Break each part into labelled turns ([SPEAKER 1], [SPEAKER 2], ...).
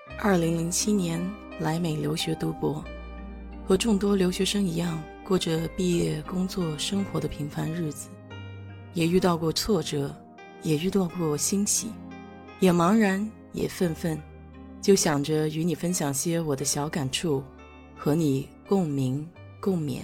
[SPEAKER 1] 2007年来美留学读博，和众多留学生一样，过着毕业、工作、生活的平凡日子，也遇到过挫折，也遇到过欣喜，也茫然，也愤愤，就想着与你分享些我的小感触，和你共鸣共勉。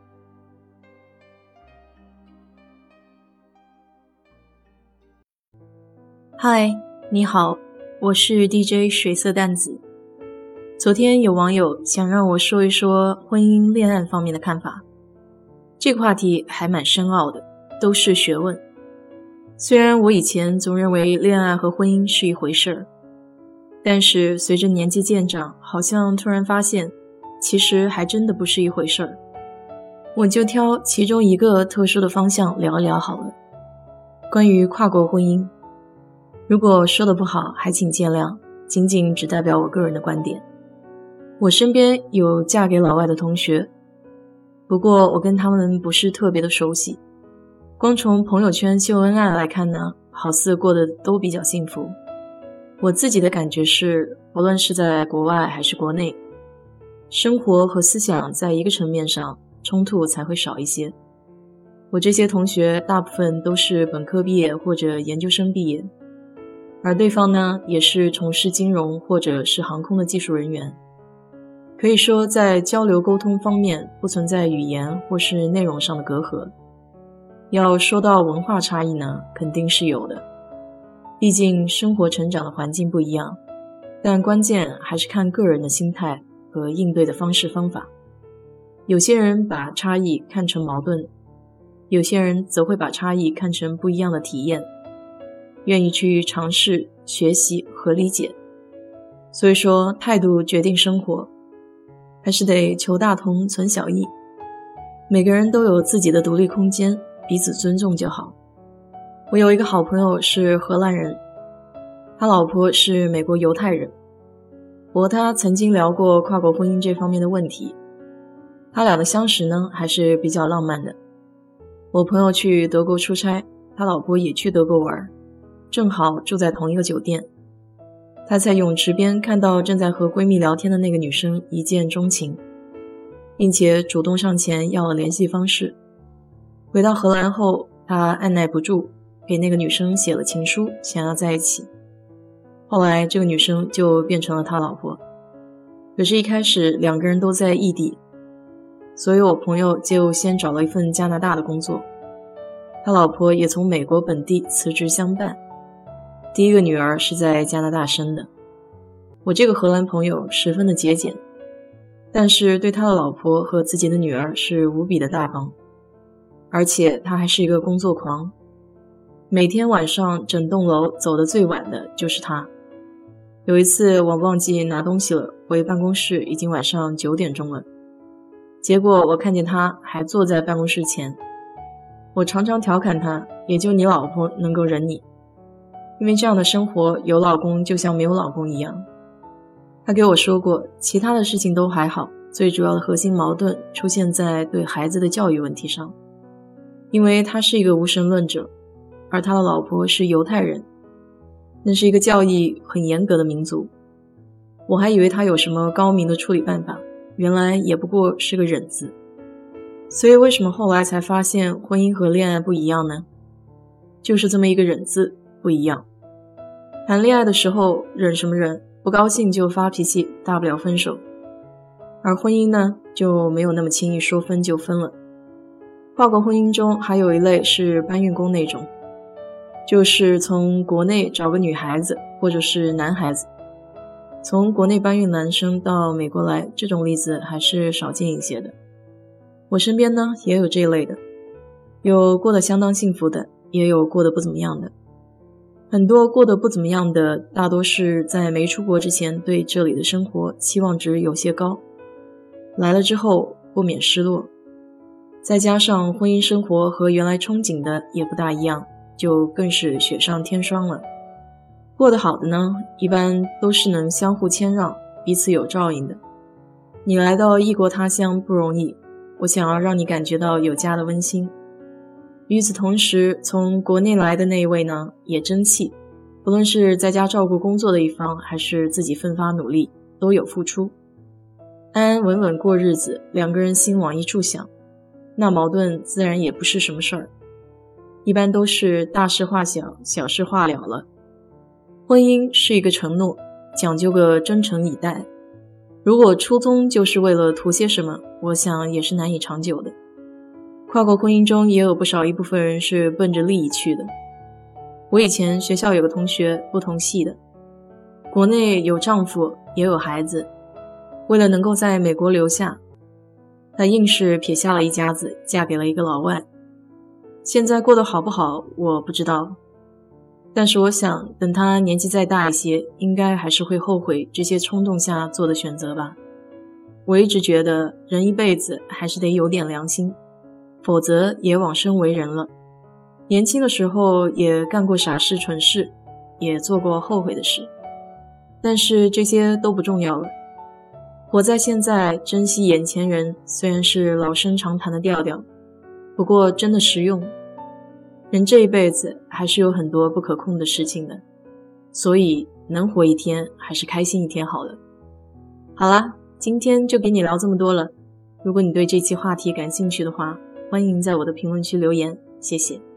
[SPEAKER 2] 嗨，你好，我是 DJ 水色淡子。昨天有网友想让我说一说婚姻恋爱方面的看法，这个话题还蛮深奥的，都是学问。虽然我以前总认为恋爱和婚姻是一回事儿，但是随着年纪渐长，好像突然发现其实还真的不是一回事儿。我就挑其中一个特殊的方向聊一聊好了，关于跨国婚姻。如果说的不好，还请见谅，仅仅只代表我个人的观点。我身边有嫁给老外的同学，不过我跟他们不是特别的熟悉，光从朋友圈秀恩爱来看呢，好似过得都比较幸福。我自己的感觉是，不论是在国外还是国内，生活和思想在一个层面上冲突才会少一些。我这些同学大部分都是本科毕业或者研究生毕业，而对方呢，也是从事金融或者是航空的技术人员。可以说在交流沟通方面不存在语言或是内容上的隔阂。要说到文化差异呢，肯定是有的，毕竟生活成长的环境不一样，但关键还是看个人的心态和应对的方式方法。有些人把差异看成矛盾，有些人则会把差异看成不一样的体验，愿意去尝试、学习和理解。所以说，态度决定生活，还是得求大同存小异。每个人都有自己的独立空间，彼此尊重就好。我有一个好朋友是荷兰人，他老婆是美国犹太人。我和他曾经聊过跨国婚姻这方面的问题。他俩的相识呢，还是比较浪漫的。我朋友去德国出差，他老婆也去德国玩，正好住在同一个酒店。他在泳池边看到正在和闺蜜聊天的那个女生一见钟情，并且主动上前要了联系方式。回到荷兰后，他按耐不住，给那个女生写了情书，想要在一起。后来这个女生就变成了他老婆。可是一开始两个人都在异地，所以我朋友就先找了一份加拿大的工作，他老婆也从美国本地辞职相伴。第一个女儿是在加拿大生的。我这个荷兰朋友十分的节俭，但是对他的老婆和自己的女儿是无比的大方，而且他还是一个工作狂，每天晚上整栋楼走得最晚的就是他。有一次我忘记拿东西了，回办公室已经晚上9点钟了，结果我看见他还坐在办公室前。我常常调侃他，也就你老婆能够忍你，因为这样的生活有老公就像没有老公一样。他给我说过，其他的事情都还好，最主要的核心矛盾出现在对孩子的教育问题上。因为他是一个无神论者，而他的老婆是犹太人，那是一个教义很严格的民族。我还以为他有什么高明的处理办法，原来也不过是个忍字。所以为什么后来才发现婚姻和恋爱不一样呢？就是这么一个忍字不一样。谈恋爱的时候忍什么忍，不高兴就发脾气，大不了分手。而婚姻呢，就没有那么轻易说分就分了。跨国婚姻中还有一类是搬运工那种，就是从国内找个女孩子或者是男孩子，从国内搬运男生到美国来，这种例子还是少见一些的。我身边呢也有这一类的，有过得相当幸福的，也有过得不怎么样的。很多过得不怎么样的，大多是在没出国之前对这里的生活期望值有些高，来了之后不免失落，再加上婚姻生活和原来憧憬的也不大一样，就更是雪上添霜了。过得好的呢，一般都是能相互谦让，彼此有照应的。你来到异国他乡不容易，我想要让你感觉到有家的温馨。与此同时，从国内来的那一位呢，也争气，不不论是在家照顾工作的一方，还是自己奋发努力，都有付出。安安稳稳过日子，两个人心往一处想，那矛盾自然也不是什么事儿。一般都是大事化小，小事化了了。婚姻是一个承诺，讲究个真诚以待。如果初衷就是为了图些什么，我想也是难以长久的。跨国婚姻中也有不少一部分人是奔着利益去的。我以前学校有个同学，不同系的，国内有丈夫也有孩子，为了能够在美国留下，她硬是撇下了一家子，嫁给了一个老外。现在过得好不好我不知道，但是我想等她年纪再大一些，应该还是会后悔这些冲动下做的选择吧。我一直觉得人一辈子还是得有点良心，否则也往生为人了。年轻的时候也干过傻事蠢事，也做过后悔的事，但是这些都不重要了。活在现在，珍惜眼前人，虽然是老生常谈的调调，不过真的实用。人这一辈子还是有很多不可控的事情的，所以能活一天还是开心一天好了。好啦，今天就给你聊这么多了。如果你对这期话题感兴趣的话，欢迎在我的评论区留言，谢谢。